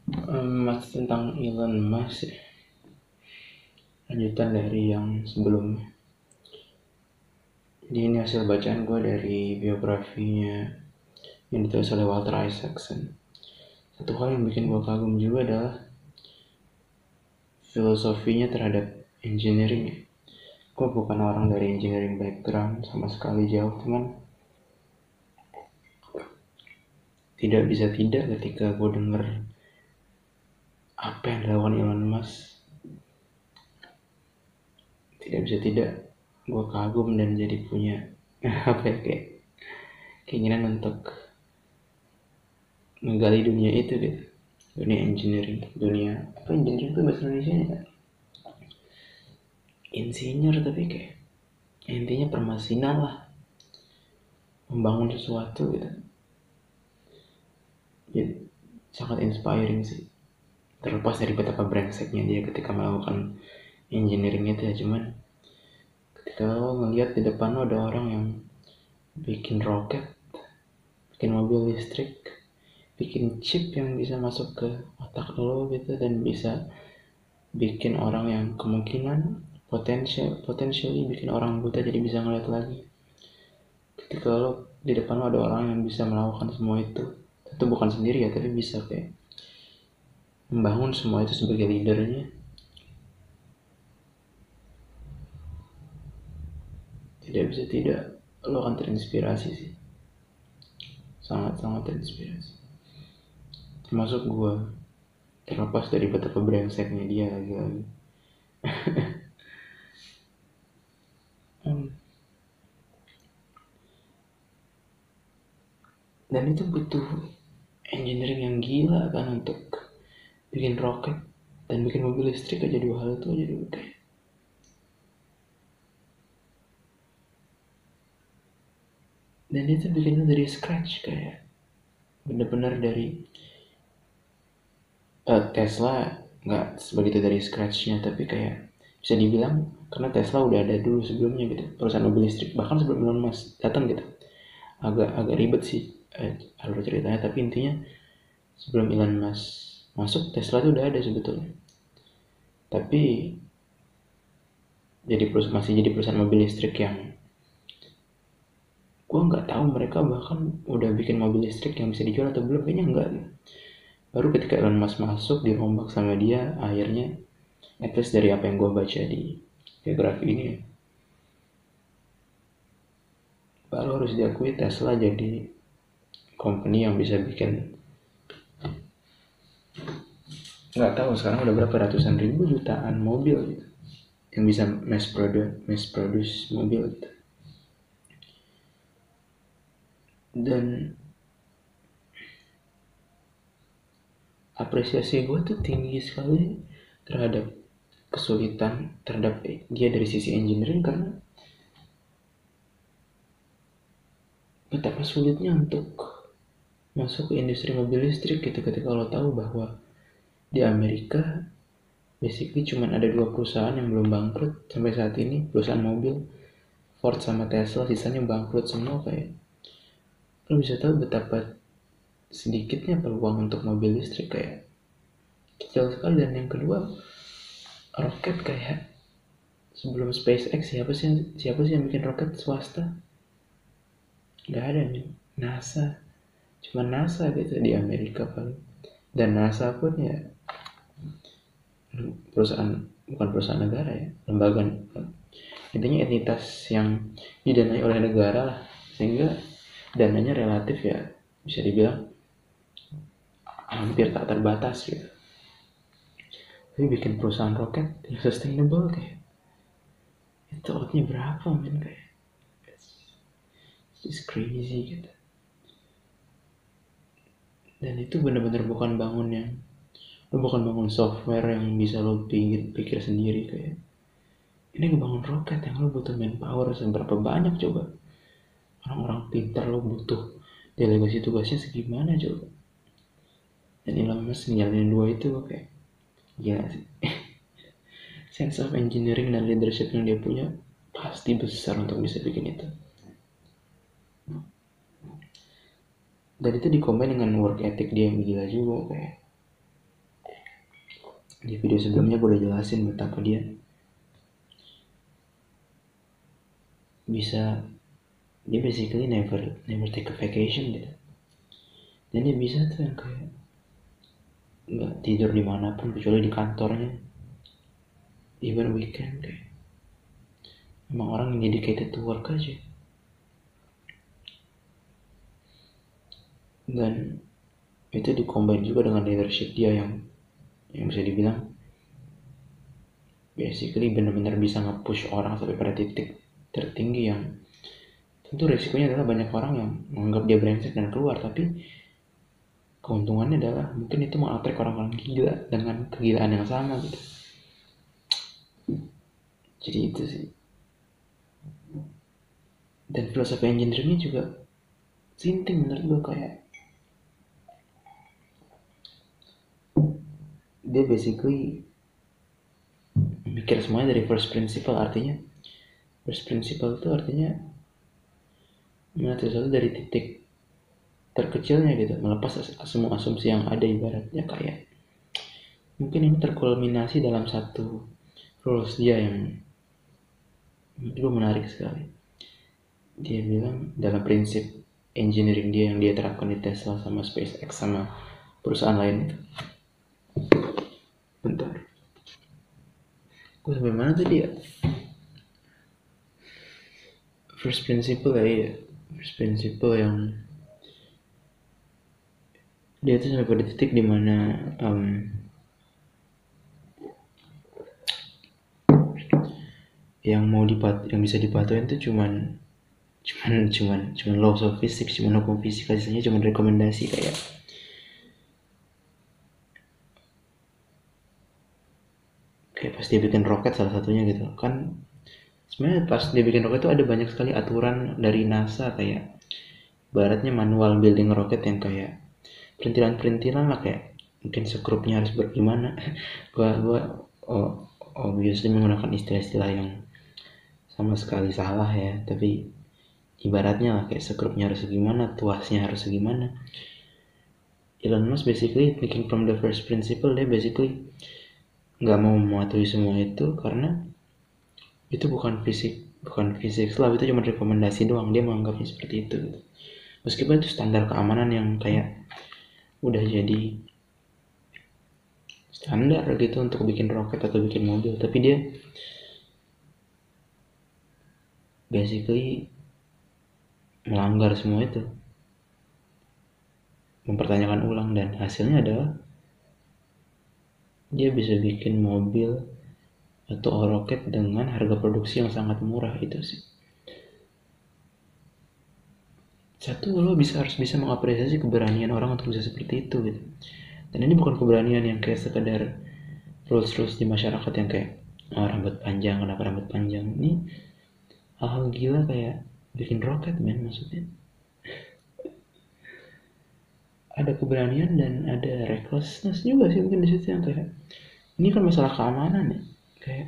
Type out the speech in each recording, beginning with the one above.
Masih tentang Elon Musk ya. Lanjutan dari yang sebelumnya. Jadi ini hasil bacaan gue dari biografinya yang ditulis oleh Walter Isaacson. Satu hal yang bikin gue kagum juga adalah filosofinya terhadap engineering. Gue bukan orang dari engineering background sama sekali, jauh, cuman tidak bisa tidak ketika gue denger apa yang dilakukan Elon Musk, tidak bisa tidak gue kagum dan jadi punya apa ya, kayak keinginan untuk menggali dunia itu gitu, dunia engineering, dunia apa, engineering itu bahasa Indonesia ya, insinyur, tapi kayak intinya permesinan lah, membangun sesuatu gitu. Jadi sangat inspiring sih, terlepas dari betapa brengseknya dia ketika melakukan engineering itu ya. Cuman ketika lo ngeliat di depan lo ada orang yang bikin roket, bikin mobil listrik, bikin chip yang bisa masuk ke otak lo gitu, dan bisa bikin orang yang kemungkinan potentially bikin orang buta jadi bisa ngeliat lagi. Ketika lo di depan lo ada orang yang bisa melakukan semua itu bukan sendiri ya, tapi bisa kayak membangun semua itu sebagai leadernya, tidak bisa tidak lo akan terinspirasi sih, sangat-sangat terinspirasi. Termasuk gue, terlepas dari betapa brengseknya dia lagi-lagi. Dan itu butuh engineering yang gila kan untuk bikin roket dan bikin mobil listrik aja. Dua hal itu aja dulu kayak, dan itu bikinnya dari scratch, kayak bener-bener dari Tesla nggak sebegitu dari scratchnya, tapi kayak bisa dibilang karena Tesla udah ada dulu sebelumnya gitu, perusahaan mobil listrik bahkan sebelum Elon Musk datang gitu. Agak ribet sih alur ceritanya, tapi intinya sebelum Elon Musk masuk, Tesla itu udah ada sebetulnya, tapi masih jadi perusahaan mobil listrik yang gue nggak tahu mereka bahkan udah bikin mobil listrik yang bisa dijual atau belum, kayaknya enggak. Baru ketika Elon Musk masuk, dirombak sama dia, akhirnya, at least dari apa yang gue baca di biografi ini, baru harus diakui Tesla jadi company yang bisa bikin, nggak tahu sekarang udah berapa ratusan ribu jutaan mobil gitu, yang bisa mass produce mobil gitu. Dan apresiasi gue tuh tinggi sekali terhadap kesulitan terhadap dia dari sisi engineering, karena betapa sulitnya untuk masuk ke industri mobil listrik gitu, ketika lo tahu bahwa di Amerika basically cuma ada dua perusahaan yang belum bangkrut sampai saat ini, perusahaan mobil, Ford sama Tesla, sisanya bangkrut semua. Kayak lo bisa tahu betapa sedikitnya peluang untuk mobil listrik, kayak kecil sekali. Dan yang kedua, roket, kayak sebelum SpaceX siapa sih yang bikin roket swasta? Nggak ada nih. NASA, cuma NASA gitu di Amerika paling, dan NASA pun ya perusahaan, bukan perusahaan negara ya, lembaga, intinya entitas yang didanai oleh negara lah, sehingga dananya relatif ya bisa dibilang hampir tak terbatas gitu. Tapi bikin perusahaan roket yang sustainable, kayak itu outnya berapa men, kayak it's crazy gitu. Dan itu bener-bener bukan bangun software yang bisa lo pikir sendiri. Kayak ini ngebangun roket yang lo butuh manpower seberapa banyak coba, orang-orang pintar lo butuh delegasi tugasnya segimana coba. Dan Elon Musk nyalain dua itu kayak gila sih. Sense of engineering dan leadership yang dia punya pasti besar untuk bisa bikin itu. Dan itu dikombin dengan work ethic dia yang gila juga, kayak Di video sebelumnya gue udah jelasin betapa dia basically never take a vacation gitu. Dan dia bisa tuh yang kayak nggak tidur dimanapun kecuali di kantornya, even weekend. Kayak emang orang yang dedicated to work aja. Dan itu dikombin juga dengan leadership dia yang bisa dibilang basically benar-benar bisa nge-push orang sampai pada titik tertinggi yang tentu resikonya adalah banyak orang yang menganggap dia brengsek dan keluar, tapi keuntungannya adalah mungkin itu mengattract orang-orang gila dengan kegilaan yang sama gitu. Jadi itu sih. Dan filosofi engineeringnya juga sinting menurut gue, kayak dia basically mikir semuanya dari first principle. Artinya first principle itu artinya melihat sesuatu dari titik terkecilnya gitu, melepas semua asumsi yang ada. Ibaratnya kayak mungkin ini terkulminasi dalam satu rules dia yang itu menarik sekali. Dia bilang dalam prinsip engineering dia yang dia terapkan di Tesla sama SpaceX sama perusahaan lain itu. Bentar, gue sampai mana tadi ya? First principle ya. First principle yang dia tuh sampai pada titik dimana yang bisa dipatuhin tuh cuman laws of physics, cuman hukum fisika, sisanya cuman rekomendasi. Kayak pas dia bikin roket salah satunya gitu kan, sebenarnya pas dia bikin roket tuh ada banyak sekali aturan dari NASA, kayak baratnya manual building roket yang kayak perintilan lah, kayak mungkin sekrupnya harus bagaimana. gua obviously menggunakan istilah-istilah yang sama sekali salah ya, tapi ibaratnya lah kayak sekrupnya harus gimana, tuasnya harus gimana. Elon Musk basically thinking from the first principle. Dia basically nggak mau mematuhi semua itu karena itu bukan fisik lah, itu cuma rekomendasi doang. Dia menganggapnya seperti itu gitu. Meskipun itu standar keamanan yang kayak udah jadi standar gitu untuk bikin roket atau bikin mobil, tapi dia basically melanggar semua itu, mempertanyakan ulang, dan hasilnya adalah dia bisa bikin mobil atau roket dengan harga produksi yang sangat murah. Itu sih satu, lo harus bisa mengapresiasi keberanian orang untuk bisa seperti itu gitu. Dan ini bukan keberanian yang kayak sekedar rules di masyarakat yang kayak rambut panjang, kenapa rambut panjang. Ini hal-hal gila kayak bikin roket, men. Maksudnya ada keberanian dan ada recklessness juga sih mungkin di situ, yang kayak ini kan masalah keamanan ya. Kayak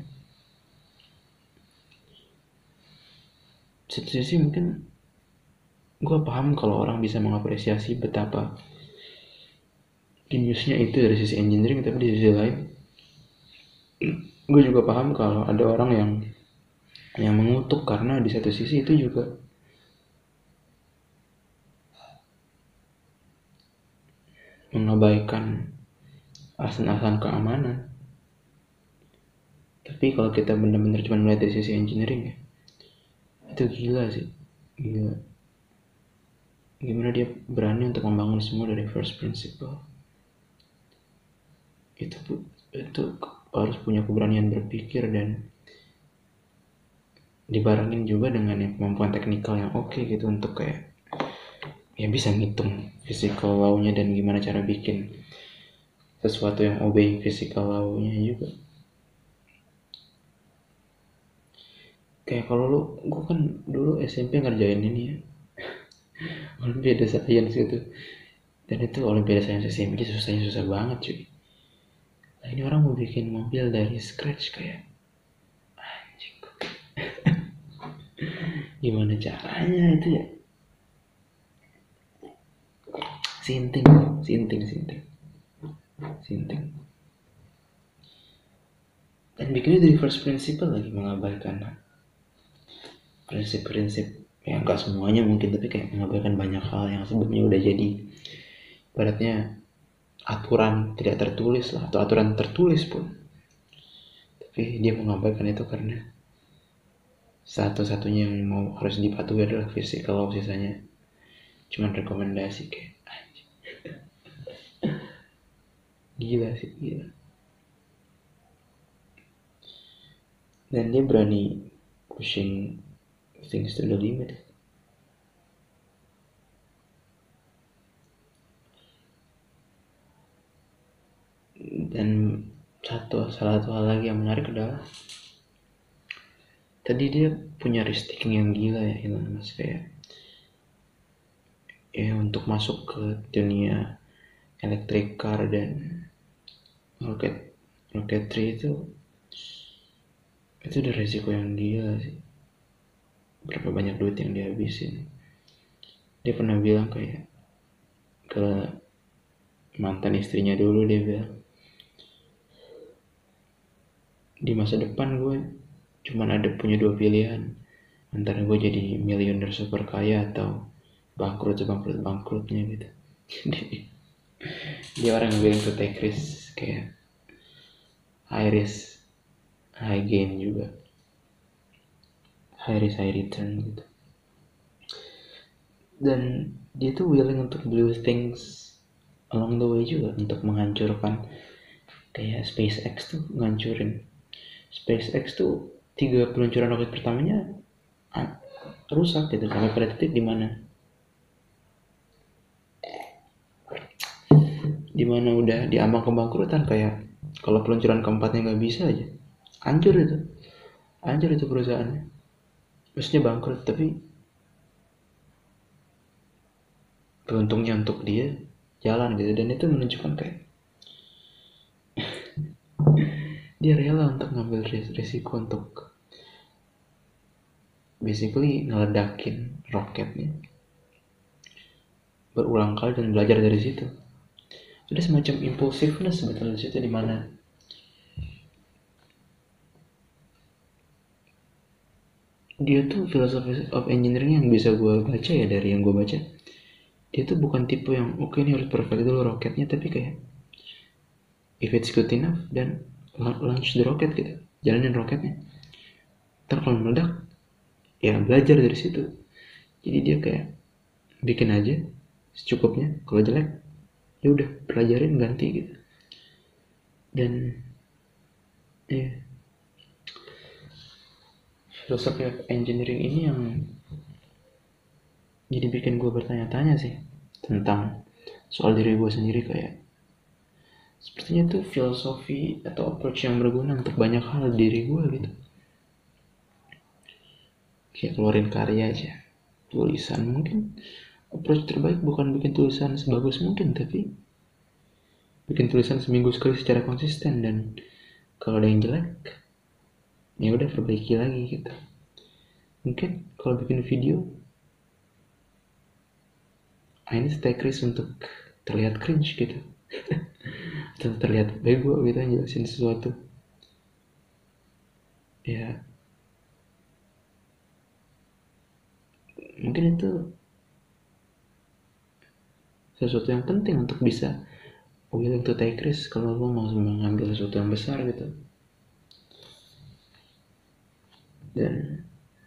satu sisi mungkin gue paham kalau orang bisa mengapresiasi betapa jeniusnya itu dari sisi engineering, tapi di sisi lain gue juga paham kalau ada orang yang mengutuk karena di satu sisi itu juga mengabaikan alasan-alasan keamanan. Tapi kalau kita benar-benar cuma melihat dari sisi engineering ya, itu gila sih, gila. Gimana dia berani untuk membangun semua dari first principle. Itu harus punya keberanian berpikir dan dibarengin juga dengan kemampuan teknikal yang oke gitu, untuk kayak ya bisa ngitung physical law-nya dan gimana cara bikin sesuatu yang obey physical law-nya juga. Kayak kalau gue kan dulu SMP ngerjain ini ya, Olimpiade Sains gitu. Dan itu Olimpiade Sains SMP susah banget cuy. Nah ini orang mau bikin mobil dari scratch, kayak anjing. Gimana caranya itu ya? Sinting. dan bikinnya dari first principle lagi, mengabaikan prinsip-prinsip ya nggak semuanya mungkin, tapi kayak mengabaikan banyak hal yang sebelumnya udah jadi ibaratnya aturan tidak tertulis lah, atau aturan tertulis pun, tapi dia mengabaikan itu karena satu-satunya yang mau harus dipatuhi adalah physical law, sisanya cuman rekomendasi. Kayak gila sih, gila. Dan dia berani pushing things to the limit. Dan salah satu hal lagi yang menarik adalah tadi dia punya risking yang gila ya Elon Musk, kayak ya untuk masuk ke dunia electric car dan rocketry itu udah resiko yang gila sih. Berapa banyak duit yang dihabisin. Dia pernah bilang kayak ke mantan istrinya dulu, dia bilang di masa depan gue cuman ada punya dua pilihan, antara gue jadi miliuner super kaya atau bangkrutnya gitu. Jadi dia orang yang willing to take risk, kayak high risk high gain juga, high risk high return gitu. Dan dia tuh willing untuk do things along the way juga, untuk menghancurkan. Kayak SpaceX tuh ngancurin. SpaceX tuh 3 peluncuran roket pertamanya rusak gitu, sampai pada titik dimana udah diambang kebangkrutan. Kayak kalau peluncuran keempatnya nggak bisa aja, hancur itu perusahaannya, maksudnya bangkrut. Tapi beruntungnya untuk dia jalan gitu, dan itu menunjukkan kayak dia rela untuk ngambil risiko untuk basically ngeledakin roketnya berulang kali dan belajar dari situ. Ada semacam impulsiveness sebetulnya di situ, dimana dia tuh philosophy of engineering yang bisa gue baca ya, dari yang gue baca, dia tuh bukan tipe yang oke ini harus perfect dulu roketnya, tapi kayak if it's good enough dan launch the rocket gitu, jalanin roketnya, ntar kalau meledak ya belajar dari situ. Jadi dia kayak bikin aja secukupnya, kalau jelek ya udah pelajarin ganti gitu. Dan ya, filosofi engineering ini yang jadi bikin gue bertanya-tanya sih tentang soal diri gue sendiri. Kayak sepertinya tuh filosofi atau approach yang berguna untuk banyak hal diri gue gitu. Kayak keluarin karya aja, tulisan mungkin approach terbaik bukan bikin tulisan sebagus mungkin, tapi bikin tulisan seminggu sekali secara konsisten, dan kalau ada yang jelek ya udah perbaiki lagi gitu. Mungkin kalau bikin video ini take risk untuk terlihat cringe gitu atau terlihat bego gitu jelasin sesuatu ya, mungkin itu sesuatu yang penting untuk bisa willing to take risk kalau lo mau mengambil sesuatu yang besar gitu. Dan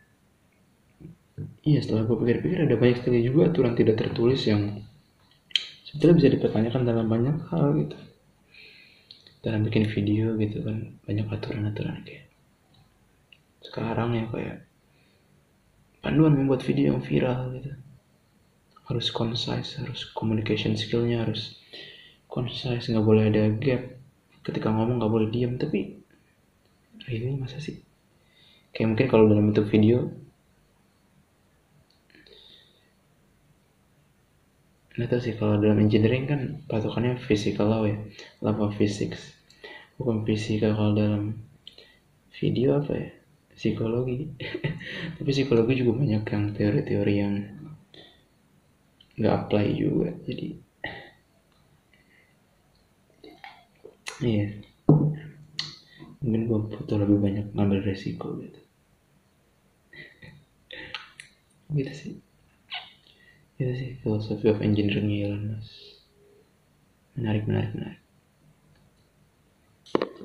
iya, setelah gue pikir-pikir ada banyak sekali juga aturan tidak tertulis yang sebetulnya bisa dipertanyakan dalam banyak hal gitu. Dalam bikin video gitu kan banyak aturan-aturan kayak sekarang ya, kayak panduan membuat video yang viral gitu harus concise, harus communication skillnya harus concise, nggak boleh ada gap, ketika ngomong nggak boleh diam. Tapi ini masa sih, kayak mungkin kalau dalam bentuk video nggak tahu sih. Kalau dalam engineering kan patokannya physical law ya, law of physics, bukan fisika. Kalau dalam video apa ya, psikologi. Tapi psikologi juga banyak yang teori-teori yang nggak apply juga, jadi iya Mungkin gue butuh lebih banyak ngambil resiko gitu. Gitu sih. Itu sih philosophy of engineering Elon Musk. Menarik.